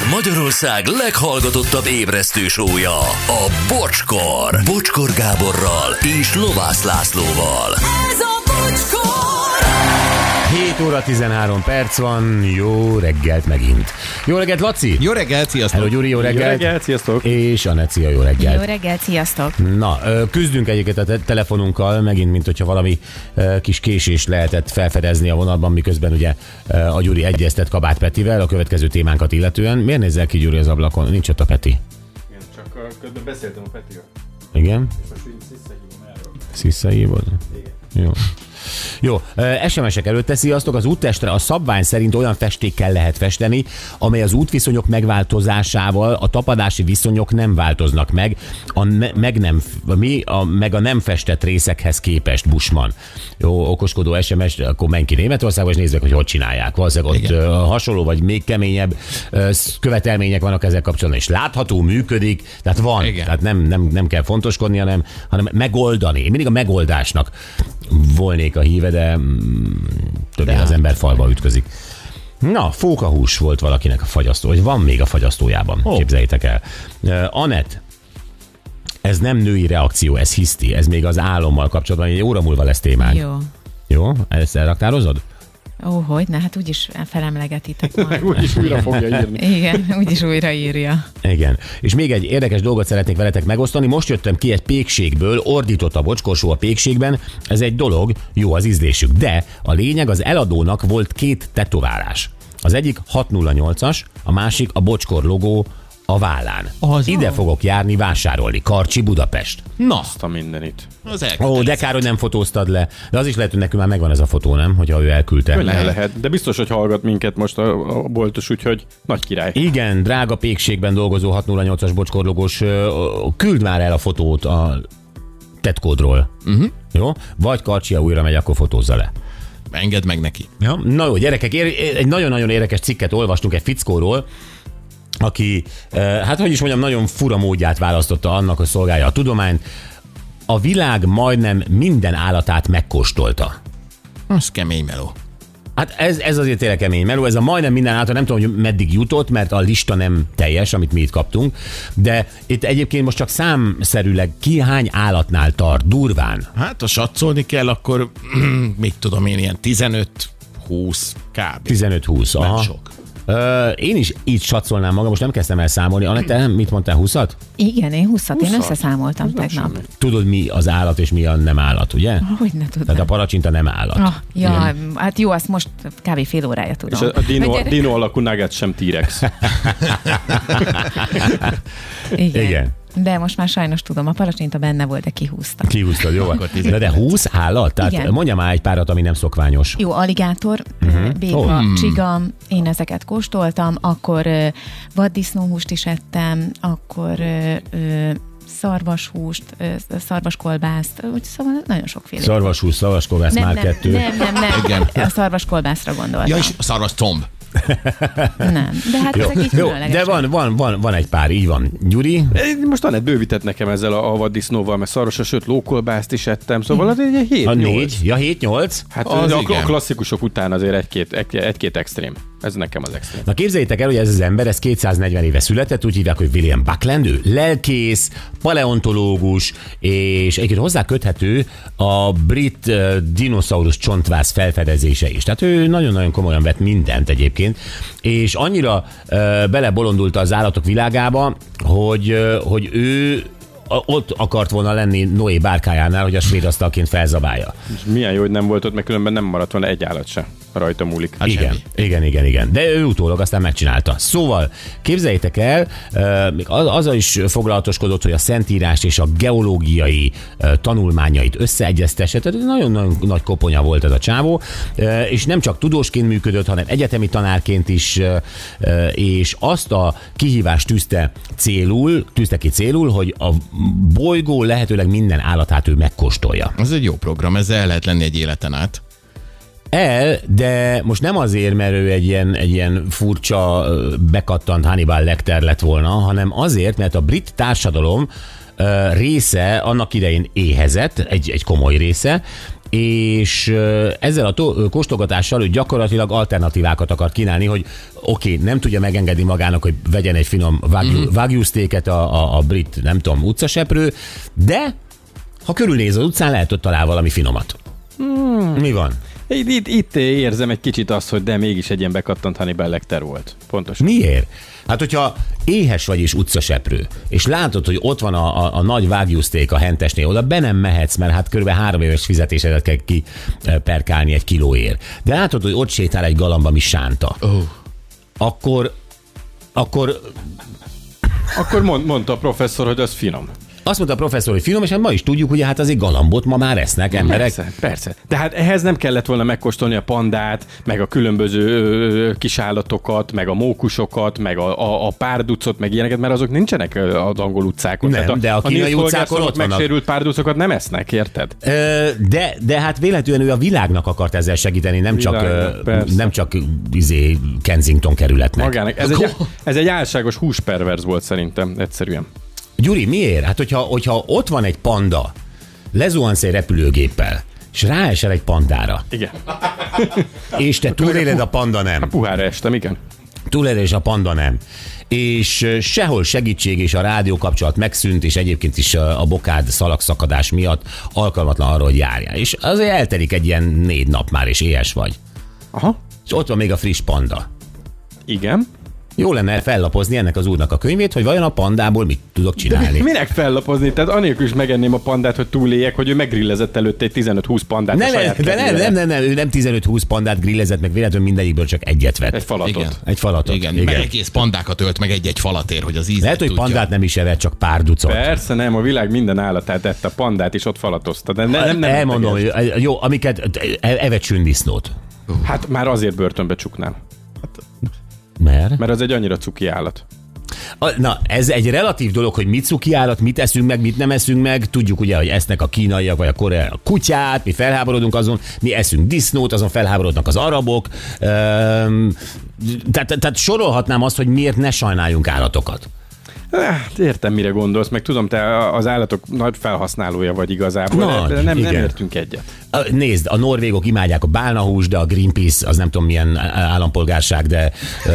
Magyarország leghallgatottabb ébresztő show-ja, a Bocskor. Bocskor Gáborral és Lovász Lászlóval. Ez a Bocskor! 7 óra 13 perc van, jó reggelt megint. Jó reggelt, Laci! Jó reggelt, sziasztok! Hello, Gyuri, jó reggelt! Jó reggelt, sziasztok! És Anett, jó reggelt! Jó reggelt, sziasztok! Na, küzdünk egyébként a telefonunkkal, megint, mint hogyha valami kis késést lehetett felfedezni a vonalban, miközben ugye a Gyuri egyeztet Kabát Petivel a következő témánkat illetően. Miért nézzel ki, Gyuri, az ablakon? Nincs ott a Peti. Igen, csak közben beszéltem a Petivel. Igen? És most így sziszahívom erről. Sziszahívod? Igen. Jó. Jó, SMS-ek előtt sziasztok, az úttestre a szabvány szerint olyan festékkel lehet festeni, amely az útviszonyok megváltozásával a tapadási viszonyok nem változnak meg, meg a nem festett részekhez képest. Bushman. Jó, okoskodó SMS, akkor menj ki Németországba, és nézd meg, hogy csinálják. Valószínűleg ott hasonló, vagy még keményebb követelmények vannak ezzel kapcsolatban, és látható, működik, tehát van. Igen. Tehát nem kell fontoskodni, hanem megoldani. Én mindig a megoldásnak volnék a híve, de többé az ember falba ütközik. Na, fókahús volt valakinek a fagyasztó, vagy van még a fagyasztójában, képzeljétek el. Anett, ez nem női reakció, ez hiszti, ez még az álommal kapcsolatban, egy óra múlva lesz témánk. Jó. Jó? Ezt elraktározod? Ó, hogyne, hát úgyis felemlegetitek majd. Úgyis újra fogja írni. Igen, úgyis újraírja. Igen. És még egy érdekes dolgot szeretnék veletek megosztani. Most jöttem ki egy pékségből, ordított a Bocskorsó a pékségben. Ez egy dolog, jó az ízlésük. De a lényeg, az eladónak volt 2 tetoválás. Az egyik 608-as, a másik a Bocskor logó a vállán. Ide fogok járni vásárolni. Karcsi, Budapest. Na, Azt a mindenit. az Ó, de kár, hogy nem fotóztad le. De az is lehet, hogy nekünk már megvan ez a fotó, nem? Hogyha ő elküldte. Könnyen lehet, de biztos, hogy hallgat minket most a boltos, úgyhogy nagy király. Igen, drága pékségben dolgozó 608-as bocskorlogos, küld már el a fotót a tetkódról. Jó? Vagy Karcsia újra megy, akkor fotózza le. Engedd meg neki. Ja? Na jó, gyerekek, egy nagyon-nagyon érdekes cikket olvastunk egy fickóról, aki, hát hogy is mondjam, nagyon fura módját választotta annak, hogy szolgálja a tudományt. A világ majdnem minden állatát megkóstolta. Az kemény meló. Hát ez azért tényleg kemény meló, ez a majdnem minden által, nem tudom, hogy meddig jutott, mert a lista nem teljes, amit mi itt kaptunk, de itt egyébként most csak számszerűleg ki hány állatnál tart, durván? Hát, ha satszolni kell, akkor mit tudom én, ilyen 15-20 kb. 15-20, Nem aha. sok. Én is így satszolnám magam, most nem kezdtem el számolni. Anette, mit mondtál, 20-at? Igen, én 20-at, én összeszámoltam tegnap. Tudod, mi az állat és mi a nem állat, ugye? Hogy ne tudnám. Tehát a palacsinta nem állat. Ja, hát jó, azt most kb. Fél órája tudom. És a dino alakú nugget sem T-rex. Igen. De most már sajnos tudom, a palacsinta benne volt, de kihúztam. Kihúztad, jó? De 20 állat? Tehát Igen. mondja már egy párat, ami nem szokványos. Jó, alligátor, béka, csiga, én ezeket kóstoltam, akkor vaddisznóhúst is ettem, akkor szarvashúst, szarvaskolbászt, szóval nagyon sokféle. Szarvashús, szarvaskolbász, már 2. Nem. Igen. A szarvaskolbászra gondoltam. Ja, és a szarvas comb. Nem, de hát ezek így Jó, különlegesek. de van egy pár, így van. Gyuri? Most Anett bővített nekem ezzel a vaddisznóval, mert szarvasra, sőt lókolbászt is ettem, szóval az egy 7-8. A 4? Ja, 7-8? Hát Az a igen. klasszikusok után azért egy-két extrém. Ez nekem az extrém. Na képzeljétek el, hogy ez az ember, ez 240 éve született, úgy hívják, hogy William Buckland, ő lelkész, paleontológus, és egyébként hozzá köthető a brit dinoszaurusz csontváz felfedezése is. Tehát ő nagyon-nagyon komolyan vett mindent egyébként, és annyira belebolondult az állatok világába, hogy ő ott akart volna lenni Noé bárkájánál, hogy a svéd asztalként felzabálja. És milyen jó, hogy nem volt ott, mert különben nem maradt volna egy állat se. Rajta múlik. Hát Igen. De ő utólag aztán megcsinálta. Szóval képzeljétek el, még azzal is foglalatoskodott, hogy a Szentírás és a geológiai tanulmányait összeegyeztesse. Tehát nagyon-nagyon nagy koponya volt ez a csávó, és nem csak tudósként működött, hanem egyetemi tanárként is, és azt a kihívást tűzte ki célul, hogy a bolygó lehetőleg minden állatát ő megkóstolja. Ez egy jó program, ezzel el lehet lenni egy életen át. De most nem azért, mert ő egy ilyen furcsa, bekattant Hannibal Lecter lett volna, hanem azért, mert a brit társadalom része annak idején éhezett, egy komoly része, és ezzel a kóstolgatással ő gyakorlatilag alternatívákat akar kínálni, hogy oké, nem tudja megengedni magának, hogy vegyen egy finom wagyu steaket a brit, nem tudom, utcaseprő, de ha körülnéz az utcán, lehet, hogy talál valami finomat. Mi van? Itt érzem egy kicsit azt, hogy de mégis egy ilyen bekattant Hannibal Lecter volt. Pontosan. Miért? Hát, hogyha éhes vagy és utcaseprő, és látod, hogy ott van a nagy wagyu steak a hentesnél, oda be nem mehetsz, mert hát kb. 3 éves fizetésedet kell kiperkálni egy kilóért. De látod, hogy ott sétál egy galamba, ami sánta. Akkor mondta a professzor, hogy az finom. azt mondta a professzor, hogy finom, és hát ma is tudjuk, hogy hát azért galambot ma már esznek emberek. Persze. De hát ehhez nem kellett volna megkóstolni a pandát, meg a különböző kisállatokat, meg a mókusokat, meg a párducot, meg ilyeneket, mert azok nincsenek az angol utcákon. Nem, de a kínai utcákon ott vannak. Megsérült párducokat nem esznek, érted? De hát véletlenül ő a világnak akart ezzel segíteni, nem csak Kensington kerületnek. Magának. Ez egy álságos húsperverz volt szerintem, egyszerűen. Gyuri, miért? Hát hogyha ott van egy panda, lezuhansz egy repülőgéppel, és ráesel egy pandára. Igen. És te túléled, a panda nem. A puhára estem, igen. Túléled, és a panda nem. És sehol segítség, és a rádiókapcsolat megszűnt, és egyébként is a bokád szalagszakadás miatt alkalmatlan arra, hogy járjál. És azért eltelik egy ilyen 4 nap már, és éhes vagy. Aha. És ott van még a friss panda. Igen. Jó lenne fellapozni ennek az úrnak a könyvét, hogy vajon a pandából mit tudok csinálni. De minek fellapozni? Tehát anélkül is megenném a pandát, hogy túléljek, hogy ő meggrillezett előtte egy 15-20 pandát nem, ő nem 15-20 pandát grillezett, meg véletlenül mindegyikből csak egyet vett. Egy falatot. Igen. Egy falatot. Igen. Meg egész pandákat ölt meg egy falatért, hogy az ízét lehet, hogy tudja. pandát nem is evett, csak párducot. Persze nem, a világ minden állatát ette, a pandát is ott falatozta. De nem elmondom, hogy jó, amiket evett sündisznót. Hát már azért börtönbe csuknám. Mert az egy annyira cuki állat. Na, ez egy relatív dolog, hogy mit cuki állat, mit eszünk meg, mit nem eszünk meg. Tudjuk ugye, hogy esznek a kínaiak, vagy a koreaiak a kutyát, mi felháborodunk azon, mi eszünk disznót, azon felháborodnak az arabok. Tehát sorolhatnám azt, hogy miért ne sajnáljunk állatokat. Értem, mire gondolsz, meg tudom, te az állatok nagy felhasználója vagy igazából, de nem értünk egyet. Nézd, a norvégok imádják a bálnahúst, de a Greenpeace, az nem tudom milyen állampolgárság, de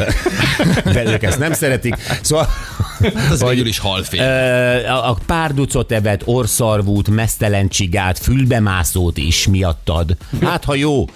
ők ezt nem szeretik. Szóval, az végül is halfény. A párducot evett, orszarvút, meztelen csigát, fülbemászót is miattad. Hát, ha jó.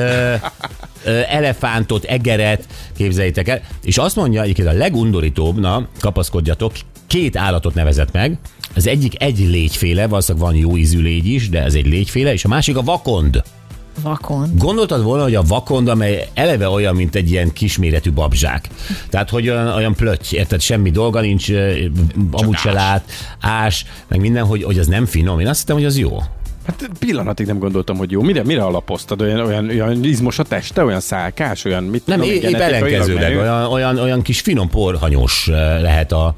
Elefántot, egeret, képzeljétek el. És azt mondja, egyébként a legundorítóbb, na, kapaszkodjatok, 2 állatot nevezett meg. Az egyik egy légyféle, valószínűleg van jó ízű légy is, de ez egy légyféle, és a másik a vakond. Vakond. Gondoltad volna, hogy a vakond, amely eleve olyan, mint egy ilyen kisméretű babzsák. Tehát, hogy olyan plötty, érted, semmi dolga nincs, amúgy se lát, ás, meg minden, hogy az nem finom. Én azt hittem, hogy az jó. Hát pillanatig nem gondoltam, hogy jó. Mire alapoztad? Olyan izmos a teste, olyan szálkás, olyan mit nem, épp ellenkezőleg, olyan kis finom porhanyós lehet a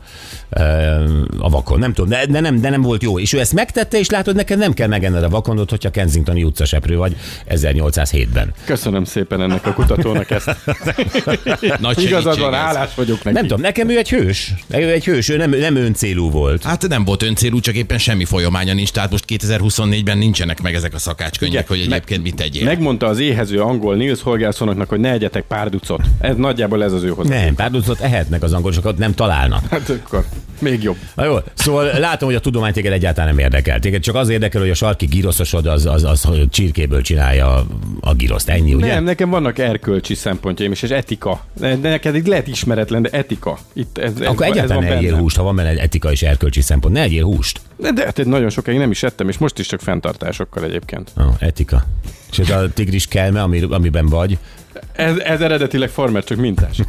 vakon. Nem tudom, de nem volt jó. És ő ezt megtette, és látod, neked nem kell megenned a vakondot, hogyha Kensingtoni utcaseprő vagy 1807-ben. Köszönöm szépen ennek a kutatónak ezt. Nagy igazad van, hálás vagyok neki. Nem tudom, nekem ő egy hős. Ő nem öncélú volt. Hát nem volt öncélú, csak éppen semmi folyamánya nincs, tehát most 2024-ben nincsenek meg ezek a szakácskönyvek, hogy egyébként mit tegyél. Megmondta az éhező angol Niels Holgerssonoknak, hogy ne egyetek párducot. Nagyjából ez az ő hozzá. Nem, párducot ehetnek az angolosokat, nem találnak. Hát akkor még jobb. Na jó, szóval látom, hogy a tudomány téged egyáltalán nem érdekel. Téged csak az érdekel, hogy a sarki giroszosod az csirkéből csinálja a giroszt. Ennyi, ugye? Nem, nekem vannak erkölcsi szempontjaim is, és etika. De neked itt lehet ismeretlen, de etika. Akkor egyáltalán ne egyél húst, ha van benne egy etika és erkölcsi szempont. Ne egyél húst. De hát nagyon sokáig nem is ettem, és most is csak fenntartásokkal egyébként. Etika. És ez a tigris kelme, amiben vagy. Ez eredetileg farmer, csak mintás.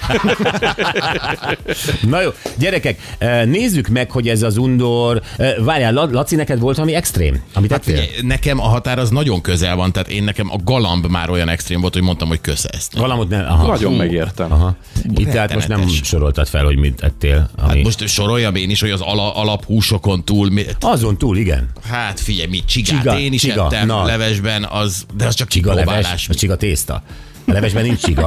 Na jó, gyerekek, nézzük meg, hogy ez az undor... Várjál, Laci, neked volt valami extrém? Amit hát figyelj, nekem a határ az nagyon közel van, tehát nekem a galamb már olyan extrém volt, hogy mondtam, hogy kösze ezt. Galambot nem... Aha. Nagyon megértem. Aha. Itt tehát most nem soroltad fel, hogy mit ettél. Hát most soroljam én is, hogy az alaphúsokon túl... Azon túl, igen. Hát figyelj, csigát én is ettem levesben, de az csak kipróbálás. A csiga tészta. A levesben nincs csiga.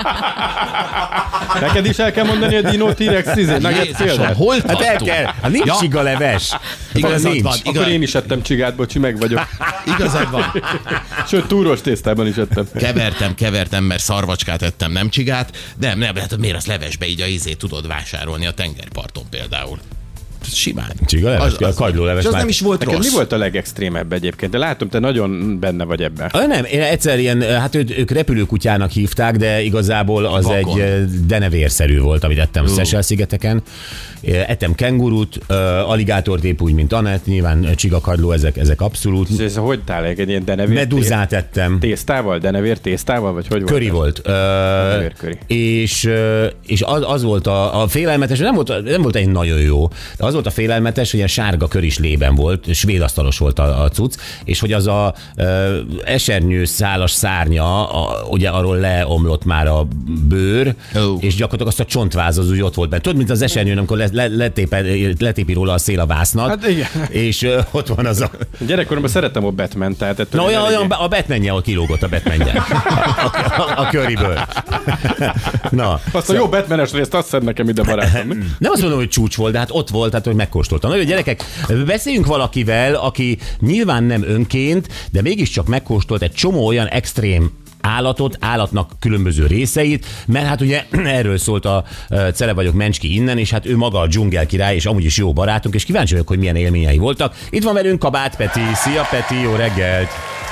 Neked is el kell mondani a Dino T-Rex Jézusom, hol Hát tartunk? el kell. Hát nincs csiga leves. Igazad Nincs. van. Akkor én is ettem csigát, bocsi, meg vagyok. Igazad van. Sőt, túros tésztában is ettem. Kevertem, mert szarvacskát ettem, nem csigát. Nem, hát miért az levesbe így a ízét tudod vásárolni a tengerparton például. Simán. Csiga leves, a kagylóleves. És az nem is volt Neked rossz. mi volt a legextrémebb egyébként? De látom, te nagyon benne vagy ebben. Nem, én egyszer ilyen, hát ők repülőkutyának hívták, de igazából az Vakon. egy denevérszerű volt, amit ettem Seychelles-szigeteken. Ettem kengurut, alligátort épp úgy, mint Anett, nyilván csigakagyló, ezek abszolút. Ez hogy tálik? Egy ilyen denevér? Meduzát ettem. Tésztával? Denevér tésztával? Vagy hogy volt? Köri volt. Denevérköri. És az volt a félelmetes, nem volt egy nagyon jó, de az volt a félelmetes, hogy ilyen sárga köris lében volt, svéd asztalos volt a cucc, és hogy az a esernyő szálas szárnya, ugye arról leomlott már a bőr, és gyakorlatilag azt a csontváz az úgy ott volt benne. Tudod, mint az esernyőn, amikor letépi róla a szél a vásznak, Hát igen. és ott van az a... Gyerekkoromban szeretem a Batman, tehát ettől Na, olyan a Batman-je, ahol kilógott a Batman-je. A köriből. Na. Azt a jó Batman-es részt azt szed nekem ide, barátom. Nem azt mondom, hogy csúcs volt, de hát ott volt, tehát hogy megkóstoltam. Na, jó, gyerekek, beszéljünk valakivel, aki nyilván nem önként, de mégiscsak megkóstolt egy csomó olyan extrém állatnak különböző részeit, mert hát ugye erről szólt a Cele vagyok Mencski innen, és hát ő maga a dzsungel király, és amúgy is jó barátunk, és kíváncsi vagyok, hogy milyen élményei voltak. Itt van velünk Kabát Peti. Szia Peti, jó reggelt!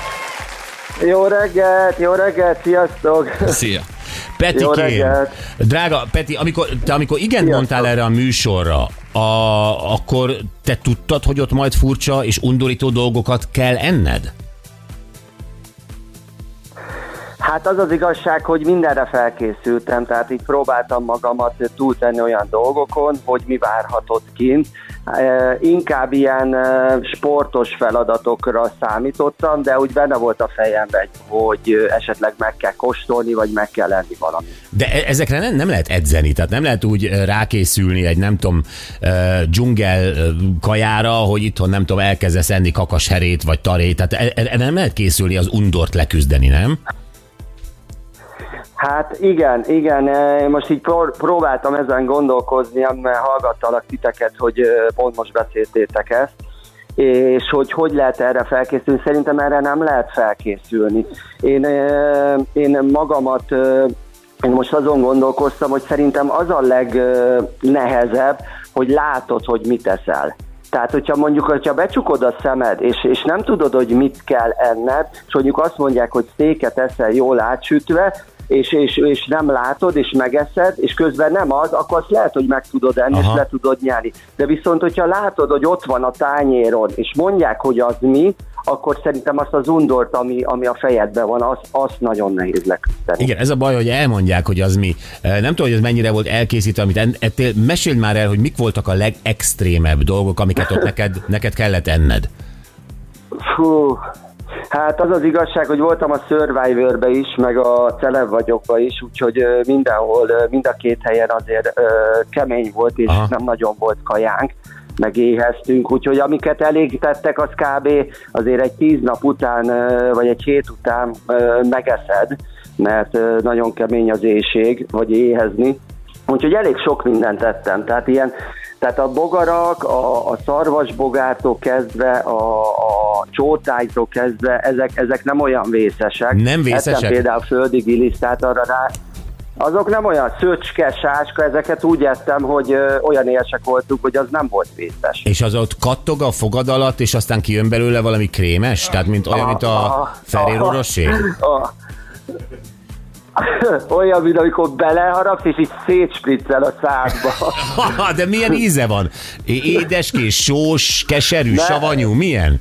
Jó reggelt, sziasztok! Szia. Petikém, drága Peti, amikor igen mondtál erre a műsorra, akkor te tudtad, hogy ott majd furcsa és undorító dolgokat kell enned? Hát az az igazság, hogy mindenre felkészültem, tehát így próbáltam magamat túltenni olyan dolgokon, hogy mi várhatott kint. Inkább ilyen sportos feladatokra számítottam, de úgy benne volt a fejemben, hogy esetleg meg kell kóstolni, vagy meg kell lenni valami. De ezekre nem lehet edzeni, tehát nem lehet úgy rákészülni egy nem tudom dzsungel kajára, hogy itthon nem tudom elkezdesz enni kakasherét vagy tarét, tehát erre nem lehet készülni az undort leküzdeni, nem? Hát igen, most így próbáltam ezen gondolkozni, mert hallgattalak titeket, hogy pont most beszéltétek ezt, és hogy lehet erre felkészülni. Szerintem erre nem lehet felkészülni. Én magamat, én most azon gondolkoztam, hogy szerintem az a legnehezebb, hogy látod, hogy mit eszel. Tehát, hogyha becsukod a szemed, és nem tudod, hogy mit kell enned, és mondjuk azt mondják, hogy sztéket eszel jól átsütve, és nem látod, és megeszed, és közben nem az, akkor azt lehet, hogy meg tudod enni, és le tudod nyelni. De viszont, hogyha látod, hogy ott van a tányéron, és mondják, hogy az mi, akkor szerintem azt az undort, ami a fejedben van, azt nagyon nehéz leküzdeni. Igen, ez a baj, hogy elmondják, hogy az mi. Nem tudom, hogy ez mennyire volt elkészítve, amit ettél. Meséld már el, hogy mik voltak a legextrémebb dolgok, amiket ott neked kellett enned. Fú, hát az az igazság, hogy voltam a Survivor-be is, meg a Celeb vagyokba is, úgyhogy mindenhol, mind a két helyen azért kemény volt, és nem nagyon volt kajánk, meg éheztünk, úgyhogy amiket elég tettek, az kb. Azért egy 10 nap után, vagy egy hét után megeszed, mert nagyon kemény az éhség, vagy éhezni. Úgyhogy elég sok mindent tettem, tehát a bogarak, a szarvasbogártól kezdve, a csótájtól kezdve, ezek nem olyan vészesek. Nem vészesek? Ettem például földi gilisztát arra rá. Azok nem olyan szöcske, sáska, ezeket úgy ettem, hogy olyan érsek voltunk, hogy az nem volt vészes. És az ott kattog a fogad alatt, és aztán kijön belőle valami krémes? Tehát mint a Ferrero Rocher? Olyan, mint amikor beleharapsz, és így szétspriccel a szádba. De milyen íze van? Édeskés, sós, keserű, savanyú, milyen?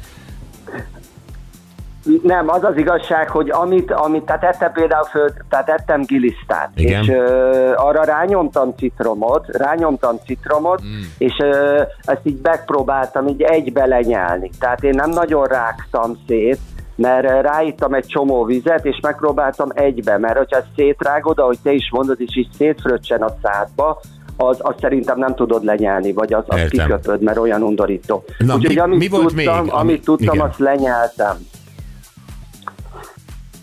Nem, az az igazság, hogy amit tehát ettem például tehát ettem gilisztát, és arra rányomtam citromot, és ezt így megpróbáltam így egybe lenyelni. Tehát én nem nagyon rágtam szét, mert ráittam egy csomó vizet, és megpróbáltam egybe, mert hogyha ezt szétrágod, ahogy te is mondod, és így szétfröccsen a szádba, az szerintem nem tudod lenyelni, vagy az kiköpöd, mert olyan undorító. Úgyhogy amit tudtam, azt lenyeltem.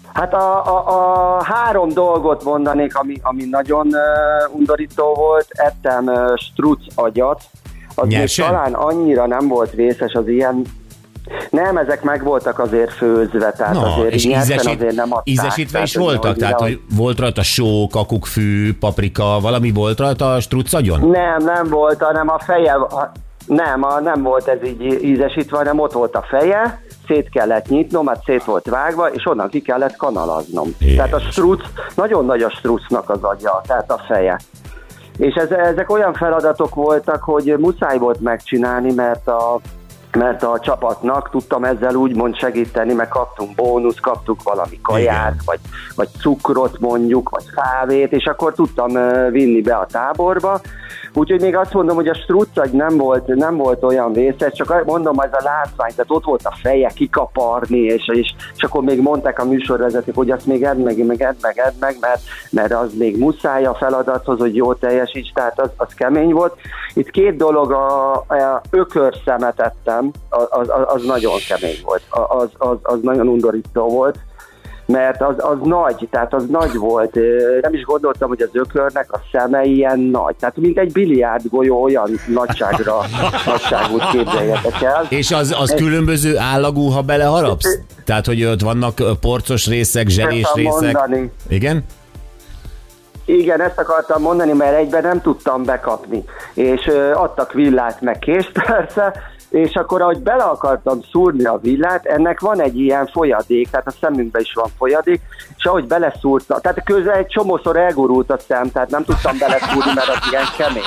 Hát a 3 dolgot mondanék, ami nagyon undorító volt. Ettem struc agyat, az még talán annyira nem volt vészes az ilyen. Nem, ezek meg voltak azért főzve, tehát azért és azért nem adták. Ízesítve is voltak? Tehát, hogy volt rajta só, kakukkfű, paprika, valami volt rajta a struc agyon? Nem volt, hanem a feje, nem volt ez így ízesítve, hanem ott volt a feje, szét kellett nyitnom, hát szét volt vágva, és onnan ki kellett kanalaznom. Jézus. Tehát a struc, nagyon nagy a strucnak az agya, tehát a feje. És ezek olyan feladatok voltak, hogy muszáj volt megcsinálni, mert a csapatnak tudtam ezzel úgymond segíteni, mert kaptunk bónusz, kaptuk valami kaját, vagy cukrot mondjuk, vagy fávét, és akkor tudtam vinni be a táborba. Úgyhogy még azt mondom, hogy a strucagy nem volt olyan vészes, csak mondom, ez a látvány, tehát ott volt a feje kikaparni, és akkor még mondták a műsorvezetők, hogy azt még edd meg, mert az még muszáj a feladathoz, hogy jól teljesíts, tehát az kemény volt. Itt 2 dolog, a ökörszemet ettem, az nagyon kemény volt, az nagyon undorító volt, mert az nagy, tehát az nagy volt. Nem is gondoltam, hogy az ökörnek a szeme ilyen nagy. Tehát mint egy biliárdgolyó olyan nagyságút képzeljetek el. És az különböző állagú, ha beleharapsz? Tehát, hogy ott vannak porcos részek, zselés részek. Mondani. Igen? Igen, ezt akartam mondani, mert egyben nem tudtam bekapni. És adtak villát meg kést persze, és akkor, ahogy bele akartam szúrni a villát, ennek van egy ilyen folyadék, tehát a szemünkben is van folyadék, és ahogy beleszúrtam, tehát közben egy csomószor elgurult a szem, tehát nem tudtam beleszúrni, mert az ilyen kemény.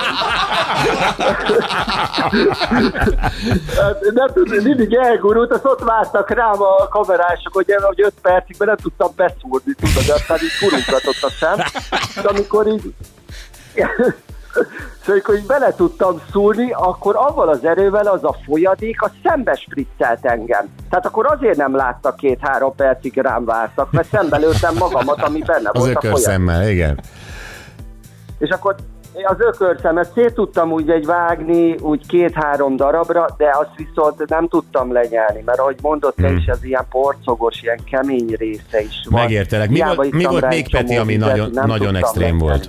Nem tudom, mindig elgurult, azt ott vártak rám a kamerások, hogy 5 percig, mert nem tudtam beszúrni, tudod, aztán így gurulgatott a szem, de amikor így... Szóval, amikor így bele tudtam szúrni, akkor avval az erővel az a folyadék a szembe spriccelt engem. Tehát akkor azért nem láttak 2-3 percig rám vártak, mert szembe lőttem magamat, ami benne az volt a folyadék. Az ökörszemmel, igen. És akkor az ökörszemet szét tudtam úgy vágni, úgy 2-3 darabra, de azt viszont nem tudtam lenyelni, mert ahogy mondott te is, az ilyen porcogos, ilyen kemény része is van. Megértelek. Mi volt még, Peti, ami nagyon extrém volt?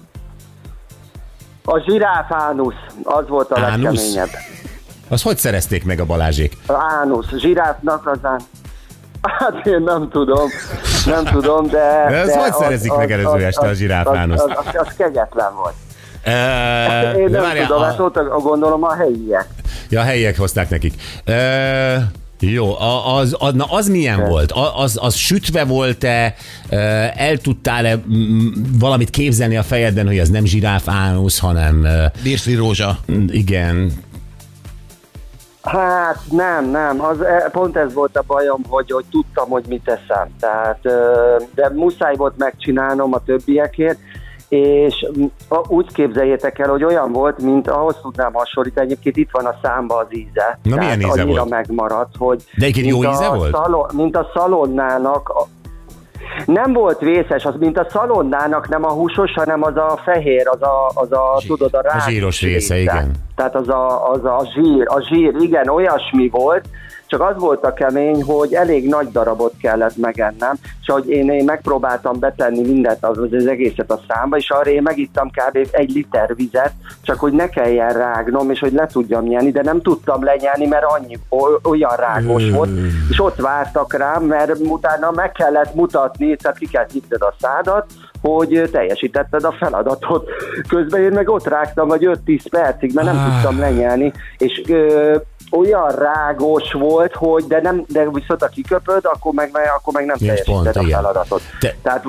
A zsiráfánusz, az volt a legkeményebb. Az hogy szerezték meg a Balázsék? Ánusz, zsiráfnak azán. Hát én nem tudom, de... Ez hogy szerezik meg előző este a zsiráfánuszt? Az kegyetlen volt. Én nem tudom, hát ott gondolom a helyiek. Ja, a helyiek hozták nekik. Jó, az milyen volt? Az sütve volt-e? El tudtál-e valamit képzelni a fejedben, hogy az nem zsiráf ánusz, hanem... Virsli rózsa. Igen. Hát nem. Pont ez volt a bajom, hogy tudtam, hogy mit eszem. Tehát, de muszáj volt megcsinálnom a többiekért, és úgy képzeljétek el, hogy olyan volt, mint ahhoz tudnám hasonlítani, egyébként itt van a számba az íze. Na milyen íze annyira volt? megmaradt, hogy... De egyébként jó íze volt? Mint a szalonnának... Nem volt vészes, az mint a szalonnának nem a húsos, hanem az a fehér, az a tudod, a rák. A zsíros része, igen. Tehát az a zsír, igen, olyasmi volt, csak az volt a kemény, hogy elég nagy darabot kellett megennem, és ahogy én megpróbáltam betenni mindent, az egészet a számba, és arra én megittam kb. 1 liter vizet, csak hogy ne kelljen rágnom, és hogy le tudjam nyelni, de nem tudtam lenyelni, mert olyan rágos volt, és ott vártak rám, mert utána meg kellett mutatni, tehát ki kell nyitned a szádat, hogy teljesítetted a feladatot. Közben én meg ott rágtam, vagy 5-10 percig, mert nem tudtam lenyelni, és olyan rágos volt, hogy de viszont a kiköpöd, akkor meg nem teljesítetted a feladatot. Tehát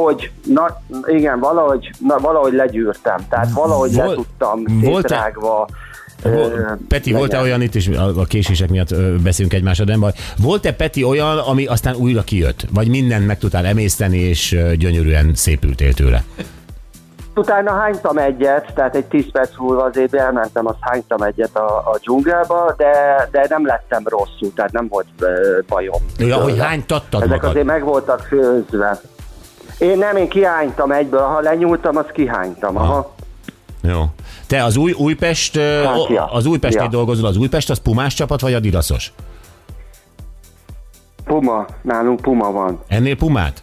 valahogy legyűrtem. Tehát valahogy le tudtam szétrágva. Peti, volt-e olyan, itt is a késések miatt beszélünk egymásra, de volt-e, Peti, olyan, ami aztán újra kijött? Vagy mindent meg tudtál emészteni, és gyönyörűen szépültél tőle? Utána hánytam egyet, tehát egy 10 perc múlva azért elmentem, azt hánytam egyet a dzsungelba, de nem lettem rosszul, tehát nem volt bajom. Ja, hogy hánytattad ezek magad? Azért meg voltak főzve. Én kihánytam egyből, ha lenyúltam, azt kihánytam. Aha. Jó. Te az Újpest, az Újpestnél dolgozol, az Újpest az Pumás csapat, vagy Adidaszos? Nálunk puma van. Ennél pumát?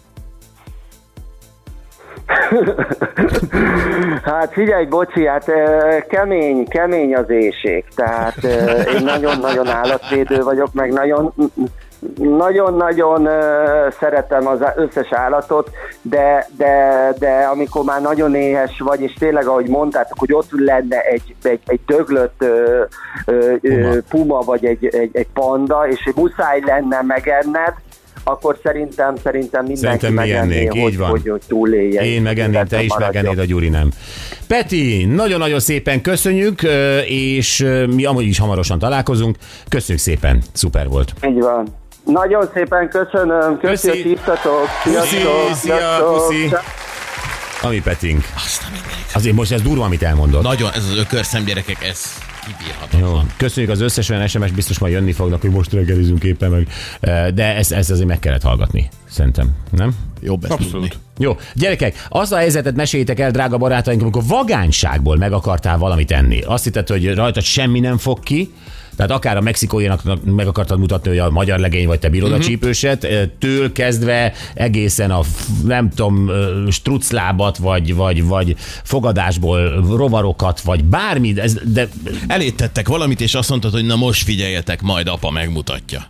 Hát figyelj, bocsi, hát kemény az éjség. Tehát én nagyon-nagyon állatvédő vagyok, meg nagyon-nagyon szeretem az összes állatot, de amikor már nagyon éhes vagy, és tényleg, ahogy mondtátok, hogy ott lenne egy döglött puma vagy egy panda, és muszáj lenne megenned, akkor szerintem mindenki megenné, hogy túléljen. Én megenném, te is megennéd, a Gyuri nem. Peti, nagyon-nagyon szépen köszönjük, és mi amúgy is hamarosan találkozunk. Köszönjük szépen, szuper volt. Így van. Nagyon szépen köszönöm. Köszi, hogy hívtatok. Puszi. Ami Petink. Azért most ez durva, amit elmondott. Nagyon, ez az ökörszem, gyerekek, ez kibírhatatlan. Jó. Köszönjük az összes olyan SMS, biztos majd jönni fognak, hogy most reggelizünk éppen meg. De ezt azért meg kellett hallgatni, szerintem, nem? Jobb ezt tudni. Jó, gyerekek, azt a helyzetet meséljétek el, drága barátaink, amikor vagányságból meg akartál valamit enni. Azt hitted, hogy rajtad semmi nem fog ki, tehát akár a mexikóinak meg akartad mutatni, hogy a magyar legény vagy te bírod a csípőset, től kezdve egészen a, nem tudom, struclábat, vagy fogadásból rovarokat, vagy bármit, de... Elét tettek valamit, és azt mondtad, hogy na most figyeljetek, majd apa megmutatja.